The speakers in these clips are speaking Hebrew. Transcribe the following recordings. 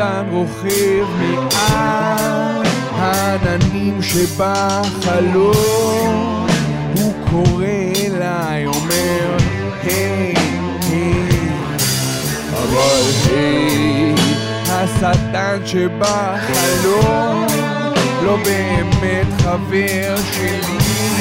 השטן רוכב מעל העננים שבחלום, הוא קורא אליי, אומר היי, היי, אבל היי, השטן שבחלום לא באמת חבר שלי,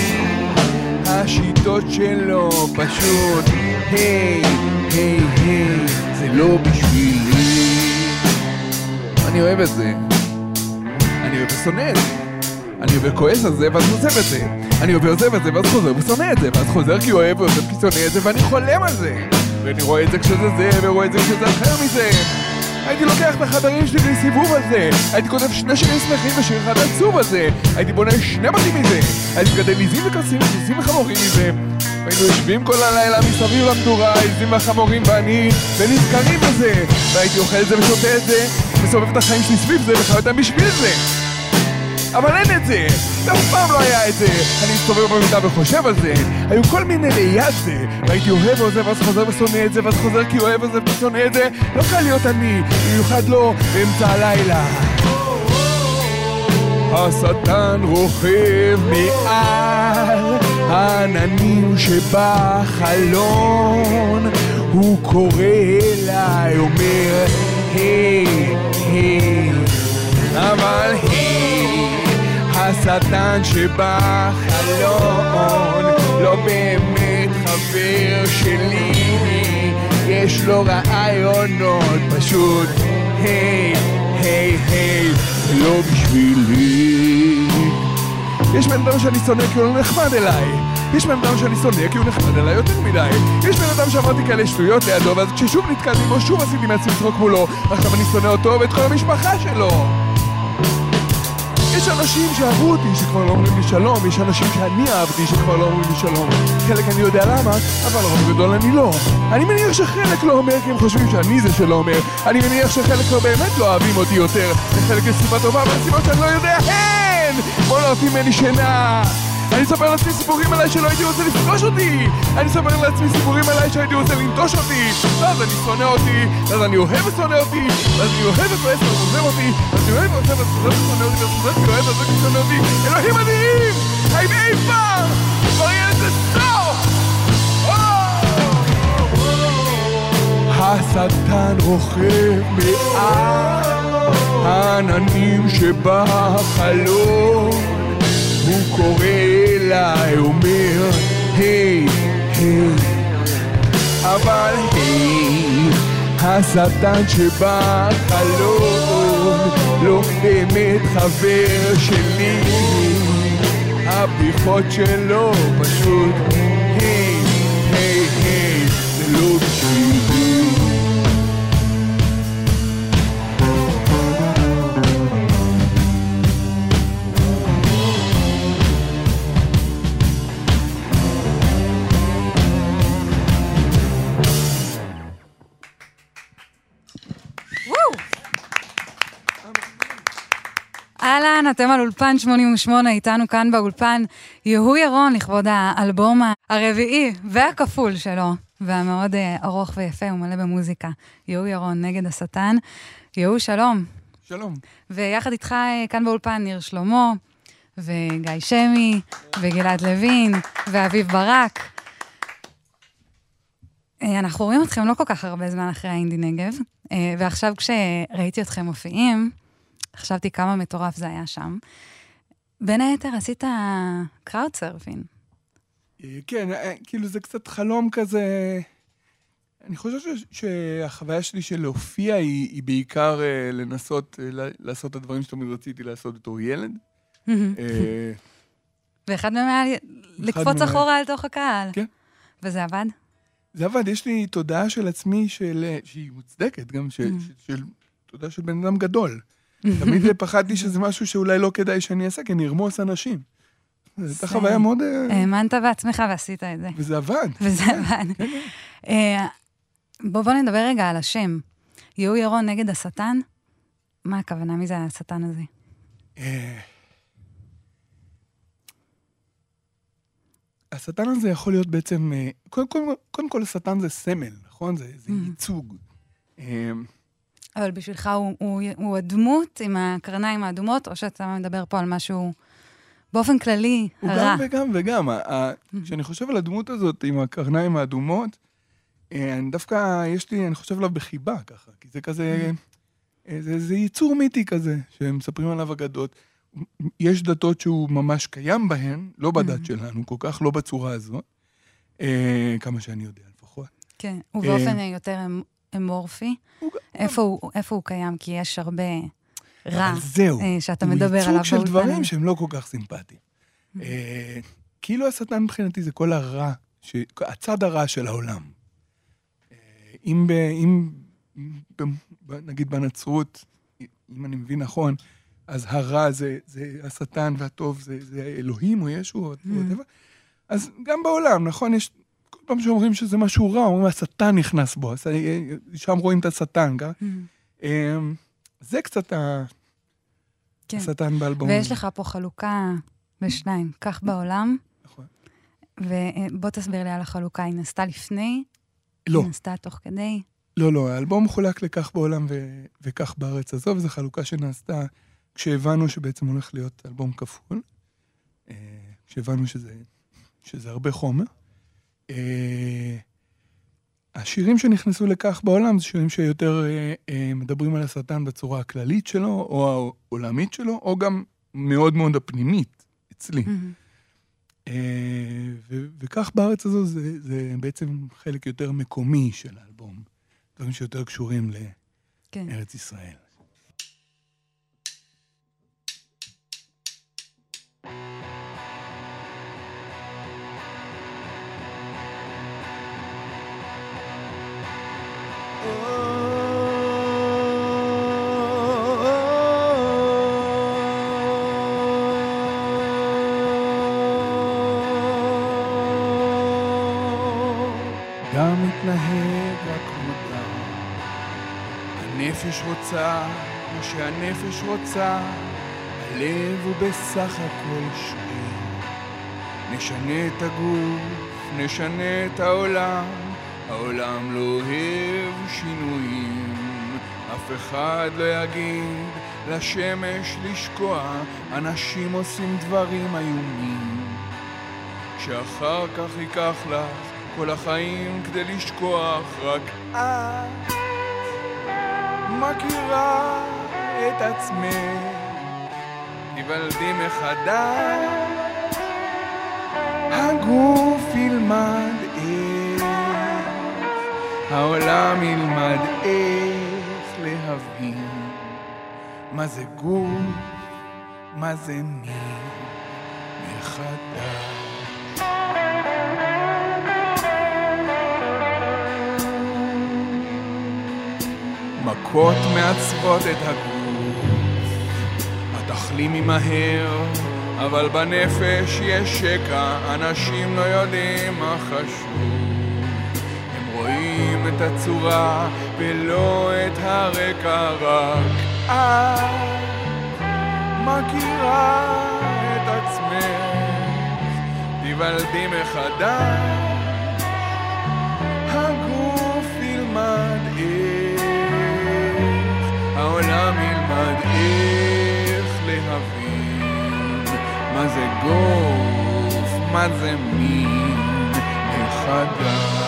השיטות שלו פשוט היי, היי, היי, זה לא בשבילי. אני אוהב את זה, אני אוהב ושונא את זה, אני אוהב וכועס על זה ואז עוזב את זה, אני אוהב ועוזב את זה ואז חוזר ושונא את זה, ואז חוזר כי הוא אוהב ועוזב כי שונא את זה, ואני חולם על זה, ואני רואה את זה כשזה זה ורואה את זה כשזה אחר מזה. הייתי לוקח את החברים שלי לסיבוב על זה, הייתי כותב 2 שירים שמחים ושיר אחד עצוב על זה, הייתי בונה 2 בתים מזה, הייתי מגדל עיזים וכרסים, עיזים וחמורים מזה, והיינו יושבים כל הלילה מסביב למדורה, עיזים והחמורים ואני, ונזכרים בזה, והייתי אוכל את זה ושותה את זה, מסובב את החיים שלי סביב זה וחי אותם בשביל זה. אבל אין את זה, אף פעם לא היה את זה. אני מסתובב במיטה וחושב על זה, היו כל מיני ליד זה, והייתי אוהב ועוזב ואז חוזר ושונא את זה, ואז חוזר כי אוהב ועוזב ושונא את זה. לא קל להיות אני, במיוחד לא באמצע הלילה. השטן רוכב מעל העננים שבחלון, הוא קורא אליי, אומר היי, היי, אבל היי, השטן שבחלון לא באמת חבר שלי, יש לו רעיונות פשוט היי, היי, היי, זה לא בשבילי. יש בן אדם שאני שונא כי הוא לא נחמד אליי, יש בן אדם שאני שונא כי הוא נחמד אליי יותר מדי, יש בן אדם שאמרתי כאלה שטויות לידו, ואז כששוב נתקלתי בו שוב עשיתי מעצמי צחוק מולו, עכשיו אני שונא אותו ואת כל המשפחה שלו. יש אנשים שאהבו אותי שכבר לא אומרים לי שלום, יש אנשים שאני אהבתי שכבר לא אומרים לי שלום, חלק אני יודע למה, אבל רוב גדול אני לא. אני מניח שחלק לא אומר כי הם חושבים שאני זה שלא אומר, אני מניח שחלק לא באמת לא אוהבים אותי יותר, וחלק יש סיבה טובה והסיבות שאני לא יודע הן בוא לא עושים ממני שינה. אני אספר לעצמי סיפורים עליי שלא הייתי רוצה לפגוש אותי, אני אספר לעצמי סיפורים עליי שהייתי רוצה לנטוש אותי, ואז אני שונא אותי, ואז אני אוהב ושונא אותי, ואז אני אוהב וכועס ועוזב אותי, ואז אני אוהב ועוזב ושונא אותי, ואז חוזר כי אוהב ועוזב ושונא אותי. אלוהים אדירים, האם אי פעם כבר יהיה לזה סוף? השטן רוכב מעל העננים שבחלון, הוא קורא אליי, אומר היי, היי, אבל היי, השטן שבחלון לא באמת חבר שלי, הבדיחות שלו פשוט היי, היי, היי, זה לא בשבילי. אהלן, אתם על אולפן 88, איתנו כאן באולפן יהוא ירון לכבוד האלבום הרביעי והכפול שלו, והמאוד ארוך ויפה ומלא במוזיקה. יהוא ירון נגד השטן. יהוא, שלום. שלום. ויחד איתך כאן באולפן ניר שלמה, וגיא שמי, וגלעד לוין, ואביב ברק. אנחנו רואים אתכם לא כל כך הרבה זמן אחרי האינדי נגב, ועכשיו כשראיתי אתכם מופיעים, חשבתי כמה מטורף זה היה שם. בין היתר עשית קראוד סרפין. כן, כאילו זה קצת חלום כזה. אני חושב שהחוויה שלי של להופיע היא בעיקר לנסות לעשות את הדברים שתמיד רציתי לעשות בתור ילד. ואחד מהם היה לקפוץ אחורה על תוך הקהל. כן. וזה עבד? זה עבד, יש לי תודעה של עצמי שהיא מוצדקת, גם תודעה של בן אדם גדול. תמיד פחדתי שזה משהו שאולי לא כדאי שאני אעשה, כי אני ארמוס אנשים. זו הייתה חוויה מאוד... האמנת בעצמך ועשית את זה. וזה עבד. וזה עבד. בוא נדבר רגע על השם. יהוא ירון נגד השטן? מה הכוונה? מי זה השטן הזה? השטן הזה יכול להיות בעצם... קודם כל השטן זה סמל, נכון? זה ייצוג. אבל בשבילך הוא הדמות עם הקרניים האדומות, או שאתה מדבר פה על משהו באופן כללי רע? הוא גם וגם. כשאני חושב על הדמות הזאת עם הקרניים האדומות, דווקא יש לי, אני חושב עליו בחיבה ככה, כי זה כזה, זה ייצור מיתי כזה, שמספרים עליו אגדות. יש דתות שהוא ממש קיים בהן, לא בדת שלנו, כל כך לא בצורה הזאת, כמה שאני יודע לפחות. כן, ובאופן יותר אמורפי. איפה הוא קיים? כי יש הרבה רע שאתה מדבר עליו. הוא ייצוג של דברים שהם לא כל כך סימפטיים. כאילו השטן מבחינתי זה כל הרע, הצד הרע של העולם. אם נגיד בנצרות, אם אני מבין נכון, אז הרע זה השטן והטוב זה אלוהים או ישו, אז גם בעולם, נכון, יש כל פעם שאומרים שזה משהו רע, אומרים השטן נכנס בו, שם רואים את השטן, זה קצת השטן באלבום. ויש לך פה חלוקה בשניים, כך בעולם, נכון. ובוא תסביר לי על החלוקה, היא נעשתה לפני? לא. היא נעשתה תוך כדי? לא, האלבום חולק לכך בעולם וכך בארץ הזו, וזו חלוקה שנעשתה כשהבנו שבעצם הולך להיות אלבום כפול, כשהבנו שזה הרבה חומר. השירים שנכנסו לכך בעולם זה שירים שיותר מדברים על השטן בצורה הכללית שלו, או העולמית שלו, או גם מאוד מאוד הפנימית אצלי. וכך בארץ הזו זה בעצם חלק יותר מקומי של האלבום, דברים שיותר קשורים לארץ ישראל. גם מתנהג רק מותר, הנפש רוצה מה שהנפש רוצה, הלב הוא בסך הכל שריר. נשנה את הגוף, נשנה את העולם, העולם לא אוהב שינויים. אף אחד לא יגיד לשמש לשקוע, אנשים עושים דברים איומים, שאחר כך ייקח לך כל החיים כדי לשכוח. רק את מכירה את עצמך, תיוולדי מחדש, הגוף ילמד איך, העולם ילמד איך להבין מה זה גוף, מה זה מין מחדש. מכות מעצבות את הגוף, התחלימי מהר, אבל בנפש יש שקע, אנשים לא יודעים מה חשוב. הם רואים את הצורה ולא את הרקע, רק את מכירה את עצמך, תיוולדי מחדש, הגוף ילמד העולם ילמד איך להבין מה זה גוף, מה זה מין מחדש.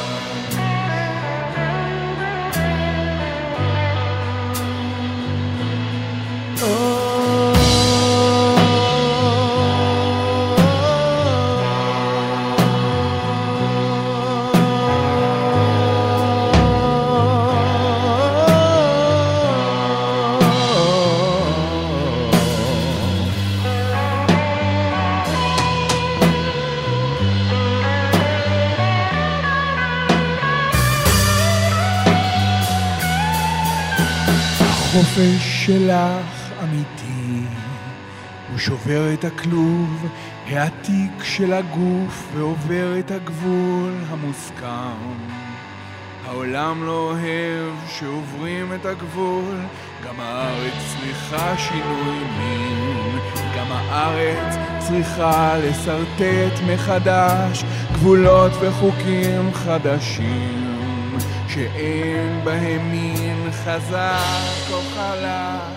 החופש שלך אמיתי, הוא שובר את הכלוב העתיק של הגוף ועובר את הגבול המוסכם. העולם לא אוהב שעוברים את הגבול, גם הארץ צריכה שינוי מין, גם הארץ צריכה לסרטט מחדש גבולות וחוקים חדשים, שאין בהם מין חזק או חלק.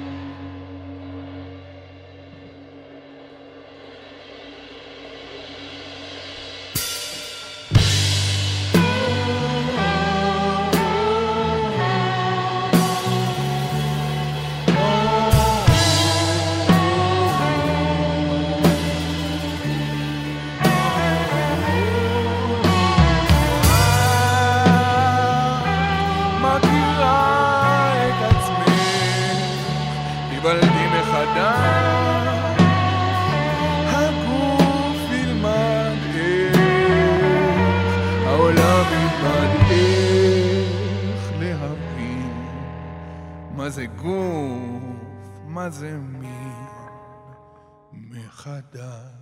בלדי מחדש, הגוף ילמד איך, העולם ילמד איך להבין מה זה גוף, מה זה מין מחדש.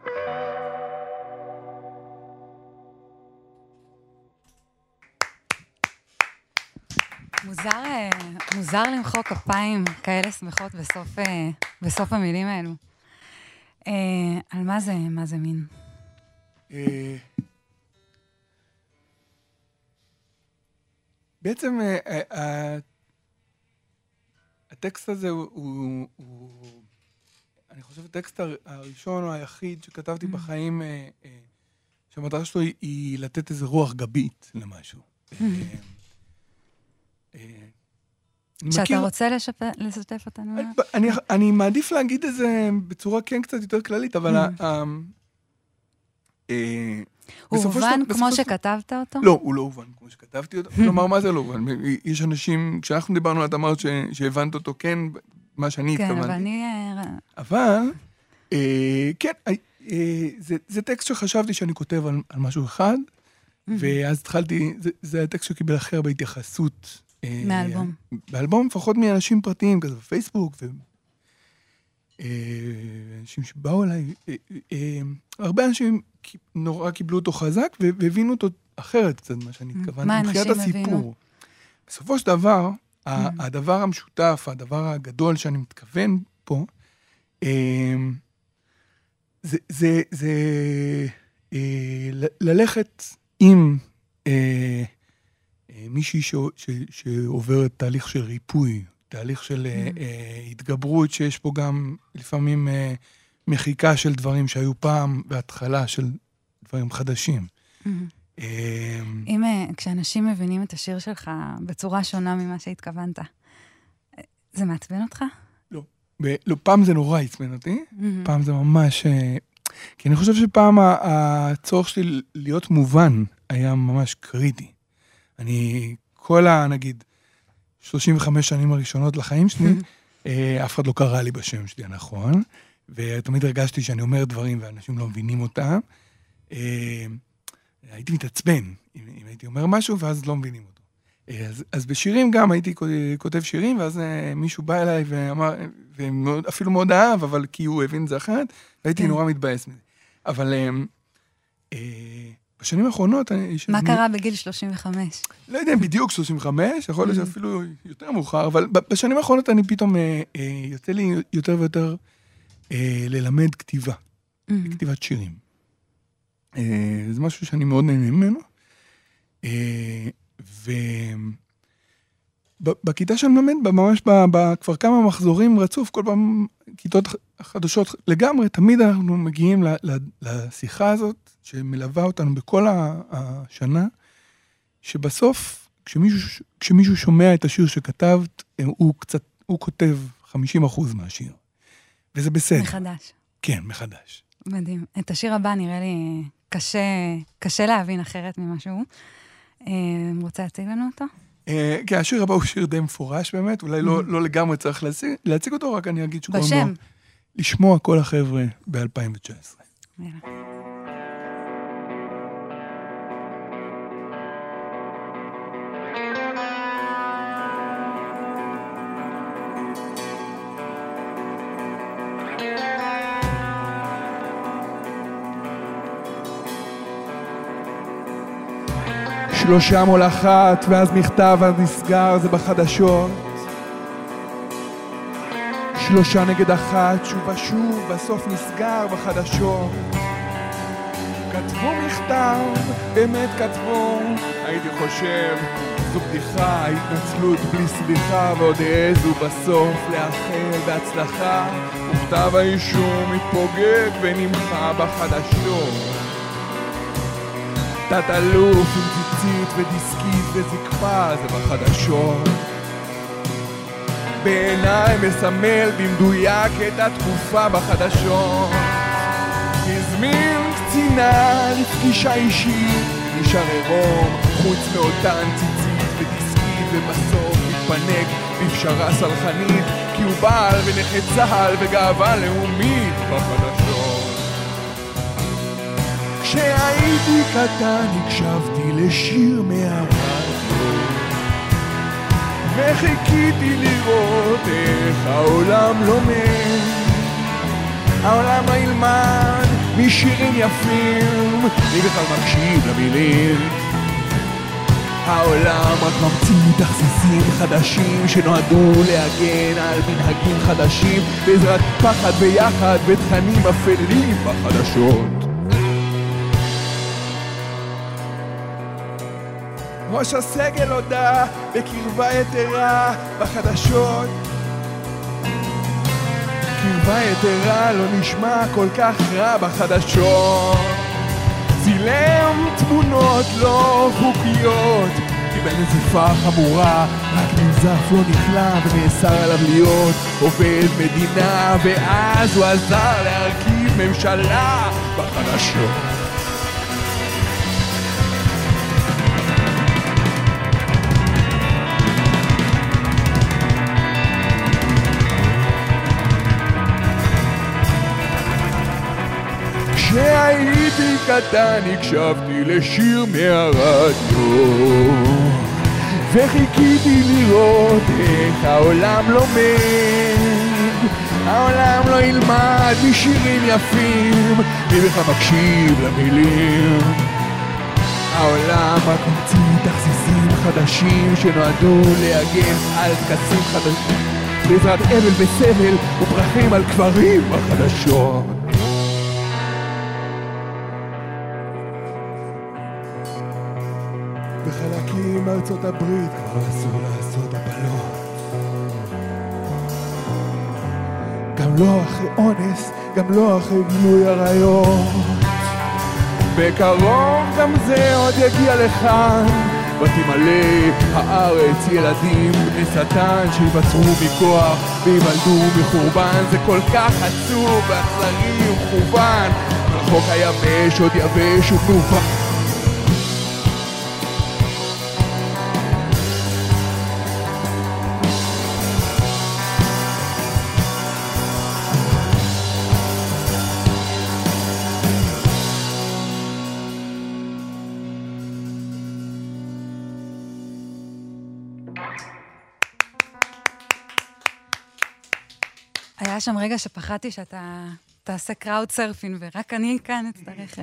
מוזר למחוא כפיים כאלה שמחות בסוף המילים האלו. על מה זה מין? בעצם הטקסט הזה הוא אני חושב הטקסט הראשון או היחיד שכתבתי בחיים, שהמטרה שלו היא לתת איזה רוח גבית למשהו. שאתה רוצה לשתף אותנו? אני מעדיף להגיד את זה בצורה כן קצת יותר כללית, אבל הוא הובן כמו שכתבת אותו? לא, הוא לא הובן כמו שכתבתי אותו. כלומר, מה זה לא הובן? יש אנשים, כשאנחנו דיברנו, את אמרת שהבנת אותו כן, מה שאני התכוונתי. כן, אבל אני... אבל, כן, זה טקסט שחשבתי שאני כותב על משהו אחד, ואז התחלתי, זה הטקסט שקיבל הכי הרבה התייחסות. מאלבום. באלבום, לפחות מאנשים פרטיים, כזה בפייסבוק, ואנשים שבאו אליי, הרבה אנשים נורא קיבלו אותו חזק, והבינו אותו אחרת קצת, מה שאני התכוונתי. מה אנשים הבינו? בסופו של דבר, הדבר המשותף, הדבר הגדול שאני מתכוון פה, זה ללכת עם מישהי שעוברת תהליך של ריפוי, תהליך של התגברות, שיש פה גם לפעמים מחיקה של דברים שהיו פעם, והתחלה של דברים חדשים. כשאנשים מבינים את השיר שלך בצורה שונה ממה שהתכוונת, זה מעצבן אותך? לא, פעם זה נורא עצבן אותי, פעם זה ממש... כי אני חושב שפעם הצורך שלי להיות מובן היה ממש קריטי. כל נגיד, 35 שנים הראשונות לחיים שלי, אף אחד לא קרא לי בשם שלי, נכון? ותמיד הרגשתי שאני אומר דברים ואנשים לא מבינים אותם. הייתי מתעצבן אם הייתי אומר משהו ואז לא מבינים אותו. אז בשירים גם הייתי כותב שירים, ואז מישהו בא אליי ואמר, ואפילו מאוד אהב, אבל כי הוא הבין את זה אחרת, והייתי נורא מתבאס מזה. אבל בשנים האחרונות... מה קרה בגיל 35? לא יודע, בדיוק 35, יכול להיות שאפילו יותר מאוחר, אבל בשנים האחרונות אני פתאום יוצא לי יותר ויותר ללמד כתיבה, כתיבת שירים. זה משהו שאני מאוד נהנה ממנו. ובכיתה שאני מלמד, ממש כבר כמה מחזורים רצוף, כל פעם כיתות חדשות לגמרי, תמיד אנחנו מגיעים לשיחה הזאת, שמלווה אותנו בכל השנה, שבסוף, כשמישהו שומע את השיר שכתבת, הוא כותב 50% מהשיר. וזה בסדר. מחדש. כן, מחדש. מדהים. את השיר הבא נראה לי קשה להבין אחרת ממשהו. רוצה להציג לנו אותו? כן, השיר הבא הוא שיר די מפורש באמת, אולי לא לגמרי צריך להציג אותו, רק אני אגיד שקוראים לו לשמוע כל החבר'ה ב-2019. יאללה. שלושה מול אחת, ואז מכתב נסגר, זה בחדשות. 3 נגד 1, שוב ושוב, בסוף נסגר בחדשות. כתבו מכתב כתב, באמת כתבו, הייתי חושב, זו בדיחה, התנצלות בלי סליחה, ועוד העזו בסוף לאחל בהצלחה, וכתב האישום מתפוגג ונמחה בחדשות. תת-אלוף עם ציצית ודיסקית וזקפה, זה בחדשות. בעיניי מסמל במדויק את התקופה בחדשות. הזמין קצינה לפגישה אישית, נשאר עירום חוץ מאותן ציצית ודיסקית, ובסוף מתפנק בפשרה סלחנית, כי הוא בעל ונכה צהל וגאווה לאומית בחדשות. כשהייתי קטן הקשבתי לשיר מהרדיו, וחיכיתי לראות איך העולם לומד. העולם לא ילמד משירים יפים, מי בכלל מקשיב למילים. העולם רק ממציא תכסיסים חדשים שנועדו להגן על מנהגים חדשים, בעזרת פחד ויחד ותכנים אפלים בחדשות. ראש הסגל הודע בקרבה יתרה בחדשות. קרבה יתרה לא נשמע כל כך רע בחדשות. צילם תמונות לא חוקיות, קיבל נזיפה חמורה, רק ננזף לא נכלה ונאסר עליו להיות עובד מדינה, ואז הוא עזר להרכיב ממשלה בחדשות. כשהייתי קטן הקשבתי לשיר מהרדיו, וחיכיתי לראות איך העולם לומד. העולם לא ילמד משירים יפים, מי בכלל מקשיב למילים. העולם רק ממציא תכסיסים חדשים שנועדו להגן על טקסים חדשים, בעזרת אבל וסבל ופרחים על קברים בחדשות. בחלקים מארצות הברית כבר אסור לעשות הפלות, גם לא אחרי אונס, גם לא אחרי גילוי עריות. בקרוב גם זה עוד יגיע לכאן, ותמלא הארץ ילדים בני שטן שיבצרו מכוח וימלדו מחורבן. זה כל כך עצוב ואכזרי ומכוון, רחוק היבש עוד יבש ומובן. היה שם רגע שפחדתי שאתה תעשה קראוד סרפין, ורק אני כאן אצטרך...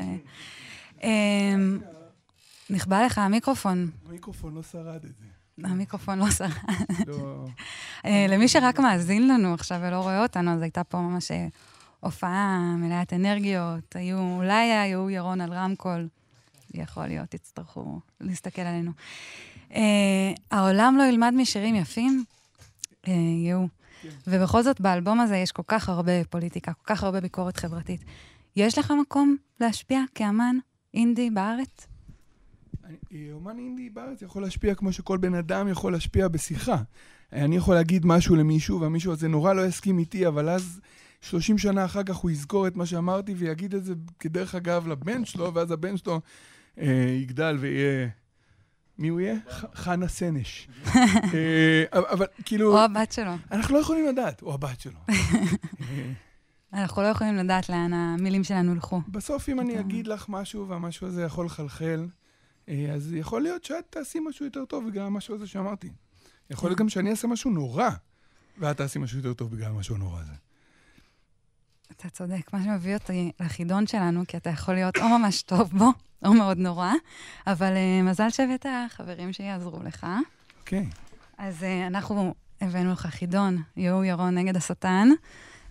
נכבה לך המיקרופון. המיקרופון לא שרד את זה. המיקרופון לא שרד. למי שרק מאזין לנו עכשיו ולא רואה אותנו, אז הייתה פה ממש הופעה מלאת אנרגיות, אולי היו ירון על רמקול, יכול להיות, תצטרכו להסתכל עלינו. העולם לא ילמד משירים יפים, יהיו. ובכל זאת, באלבום הזה יש כל כך הרבה פוליטיקה, כל כך הרבה ביקורת חברתית. יש לך מקום להשפיע כאמן אינדי בארץ? אומן אינדי בארץ יכול להשפיע כמו שכל בן אדם יכול להשפיע בשיחה. אני יכול להגיד משהו למישהו, והמישהו הזה נורא לא יסכים איתי, אבל אז 30 שנה אחר כך הוא יזכור את מה שאמרתי, ויגיד את זה כדרך אגב לבן שלו, ואז הבן שלו יגדל ויהיה... מי הוא יהיה? חנה סנש. אבל כאילו... או הבת שלו. אנחנו לא יכולים לדעת, או הבת שלו. אנחנו לא יכולים לדעת לאן המילים שלנו הלכו. בסוף אם אני אגיד לך משהו, והמשהו הזה יכול לחלחל, אז יכול להיות שאת תעשי משהו יותר טוב בגלל המשהו הזה שאמרתי. יכול להיות גם שאני אעשה משהו נורא, ואת תעשי משהו יותר טוב בגלל משהו נורא הזה. אתה צודק, מה שמביא אותי לחידון שלנו, כי אתה יכול להיות או ממש טוב בו, או מאוד נורא, אבל מזל שהבאת חברים שיעזרו לך. אוקיי. אז אנחנו הבאנו לך חידון, יהוא ירון נגד השטן.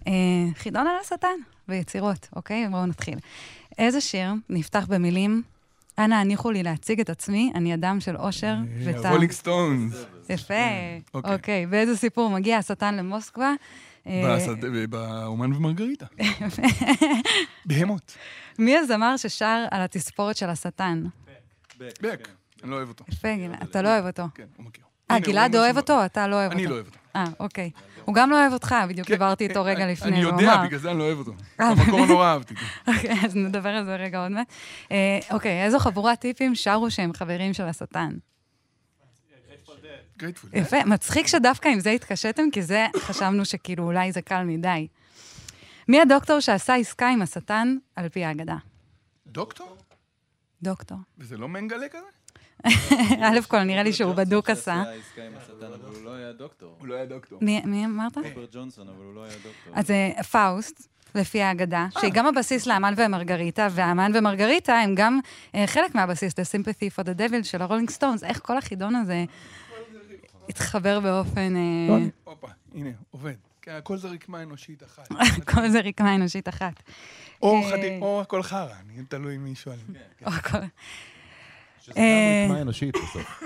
חידון על השטן ויצירות, אוקיי? בואו נתחיל. איזה שיר נפתח במילים אנא, הניחו לי להציג את עצמי, אני אדם של אושר וטעם. רולינג סטונס. יפה. אוקיי, באיזה סיפור מגיע השטן למוסקבה? באומן ומרגריטה. בהמות. מי הזמר ששר על התספורת של השטן? בק. אני לא אוהב אותו. יפה, גלעד. אתה לא אוהב אותו. כן, הוא מכיר. גלעד אוהב אותו? אתה לא אוהב אותו. אני לא אוהב אותו. אוקיי. הוא גם לא אוהב אותך, בדיוק דיברתי איתו רגע לפני. אני יודע, בגלל זה אני לא אוהב אותו. במקור נורא אהבתי. אוקיי, אז נדבר על זה רגע עוד מעט. אוקיי, איזו חבורת טיפים שרו שהם חברים של השטן? גרייטפול. יפה, מצחיק שדווקא עם זה התקשתם, כי זה חשבנו שכאילו אולי זה קל מדי. מי הדוקטור שעשה עסקה עם השטן על פי ההגדה? דוקטור? דוקטור. וזה לא מנגלה כזה? א' כל, נראה לי שהוא בדוק עשה. שעשה עסקה עם השטן, אבל הוא לא היה דוקטור. הוא לא היה דוקטור. מי אמרת? רוברט ג'ונסון, אבל הוא לא היה דוקטור. אז פאוסט, לפי ההגדה, שהיא גם הבסיס לאמן ומרגריטה, והאמן ומרגריטה הם גם חלק מהבסיס, The Sympathy for the Devil של הרולינג סטונס. איך כל החידון הזה התחבר באופן... הופה, הנה, עובד. כן, הכל זה רקמה אנושית אחת. הכל זה רקמה אנושית אחת. או הכל חרא, אני תלוי מי שואלים. או הכל... שזה גם רקמה אנושית בסוף.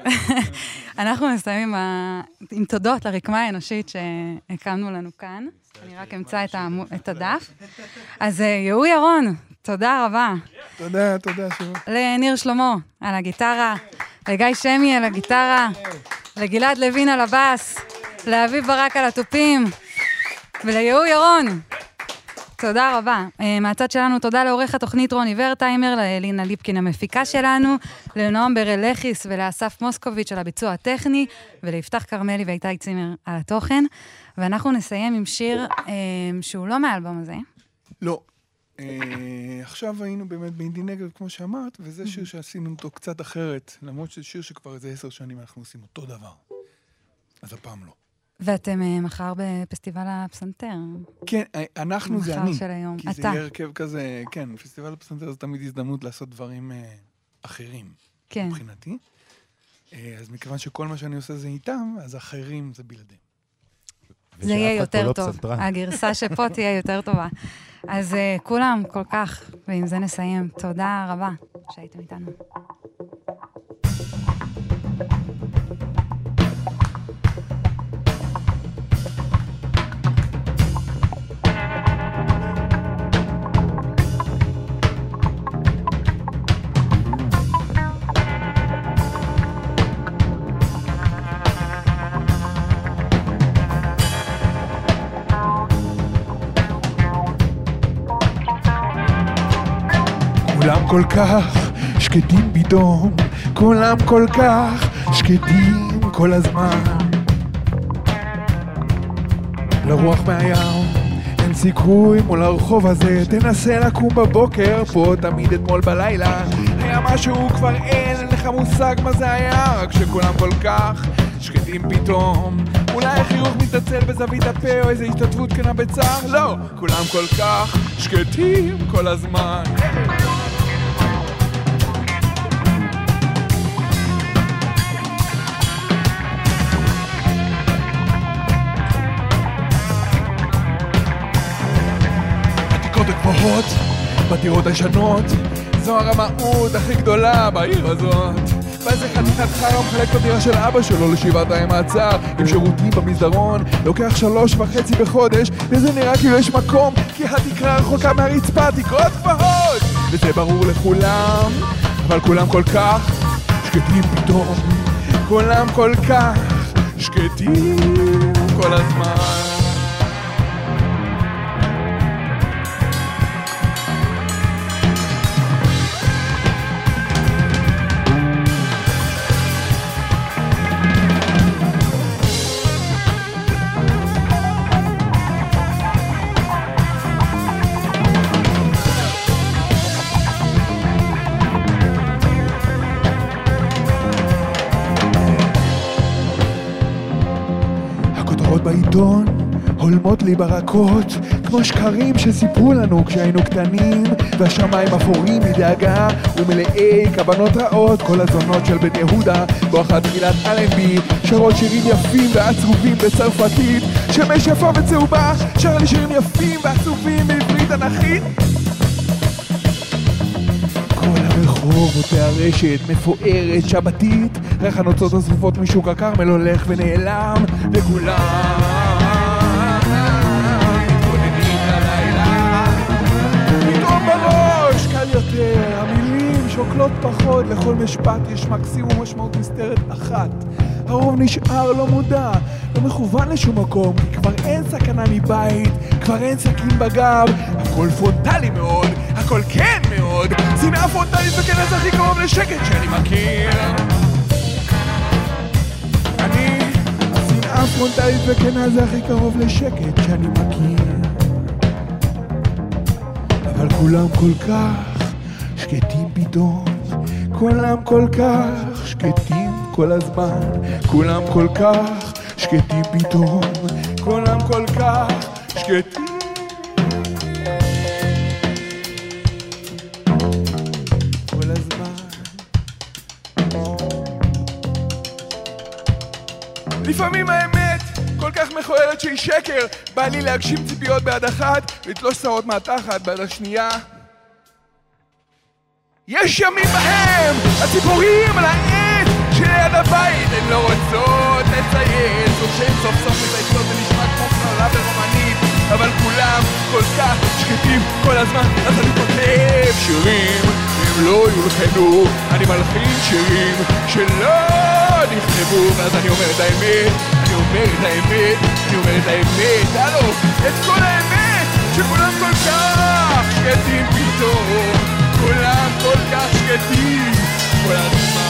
אנחנו נסיים עם תודות לרקמה האנושית שהקמנו לנו כאן. אני רק אמצא את הדף. אז יהוא ירון, תודה רבה. תודה שוב. לניר שלמה על הגיטרה, לגיא שמי על הגיטרה, לגלעד לוין על הבאס, לאביב ברק על הטופים, וליהוא ירון. תודה רבה. מהצד שלנו, תודה לעורך התוכנית רוני ורטיימר, לאלינה ליפקין המפיקה שלנו, לנועם ברלכיס ולאסף מוסקוביץ' על הביצוע הטכני, וליפתח קרמלי ואיתי צימר על התוכן. ואנחנו נסיים עם שיר שהוא לא מהאלבום הזה. לא. עכשיו היינו באמת באינדי נגב, כמו שאמרת, וזה שיר שעשינו אותו קצת אחרת, למרות שזה שיר שכבר איזה 10 שנים אנחנו עושים אותו דבר. אז הפעם לא. ואתם מחר בפסטיבל הפסנתר. כן, אנחנו זה אני. מחר של היום. כי זה יהיה הרכב כזה, כן, פסטיבל הפסנתר זה תמיד הזדמנות לעשות דברים אחרים. כן. מבחינתי. אז מכיוון שכל מה שאני עושה זה איתם, אז אחרים זה בלעדיהם. זה יהיה יותר טוב. הגרסה שפה תהיה יותר טובה. אז כולם כל כך, ועם זה נסיים. תודה רבה שהייתם איתנו. כולם כל כך שקטים פתאום, כולם כל כך שקטים כל הזמן. לרוח מהים אין סיכוי מול הרחוב הזה, תנסה לקום בבוקר, פה תמיד אתמול בלילה היה משהו, כבר אין לך מושג מה זה היה, רק שכולם כל כך שקטים פתאום. אולי חיוך מתעצל בזווית הפה או איזו השתתפות קנה בצער, לא, כולם כל כך שקטים כל הזמן. גבוהות, בדירות הישנות, זו הרמאות הכי גדולה בעיר הזאת. ואיזה חתיכת חרא מחלק בדירה של אבא שלו ל7 מעצר, עם שירותים במסדרון, לוקח 3.5 בחודש, וזה נראה כאילו יש מקום, כי התקרה רחוקה מהרצפה, תקרות גבוהות, וזה ברור לכולם, אבל כולם כל כך שקטים פתאום, כולם כל כך שקטים כל הזמן. בעיתון הולמות לי ברקות כמו שקרים שסיפרו לנו כשהיינו קטנים, והשמיים אפורים מדאגה ומלאי כוונות רעות. כל הזונות של בן יהודה בואכה תחילת אלנבי שרות שירים יפים ועצובים בצרפתית, שמש יפה וצהובה שר לי שירים יפים ועצובים בעברית אנכית. כל הרחוב רחובותיה רשת מפוארת שבתית, ריח הנוצות השרופות משוק הכרמל הולך ונעלם, וכולם מתכוננים ללילה. פתאום בראש קל יותר, המילים שוקלות פחות, לכל משפט יש מקסימום משמעות נסתרת אחת. הרוב נשאר לא מודע, לא מכוון לשום מקום, כי כבר אין סכנה מבית, כבר אין סכין בגב, הכל פרונטלי מאוד, הכל כן מאוד, שנאה פרונטלית וכן זה הכי קרוב לשקט שאני מכיר. השנאה פרונטלית וכן זה הכי קרוב לשקט שאני מכיר. אבל כולם כל כך שקטים פתאום, כולם כל כך שקטים כל הזמן, כולם כל כך שקטים פתאום, כולם כל כך שקטים כל הזמן. לפעמים האמת כל כך מכוערת שהיא שקר, בא לי להגשים ציפיות ביד אחת ולתלוש שערות מהתחת ביד השנייה. יש ימים בהם הציפורים על העץ שליד הבית הן לא רוצות לציין, זו שהן סוף סוף מזייתות ונשמע כמו חרלה ורומנית, אבל כולם כל כך שקטים כל הזמן. אז אני כותב שירים והם לא יולחנו, אני מלחין שירים שלא נכתבו, ואז אני אומר את האמת, אני אומר את האמת, אני אומר את האמת, הלו, את כל האמת שכולם כל כך שקטים פתאום, כולם כל כך שקטים כל הזמן.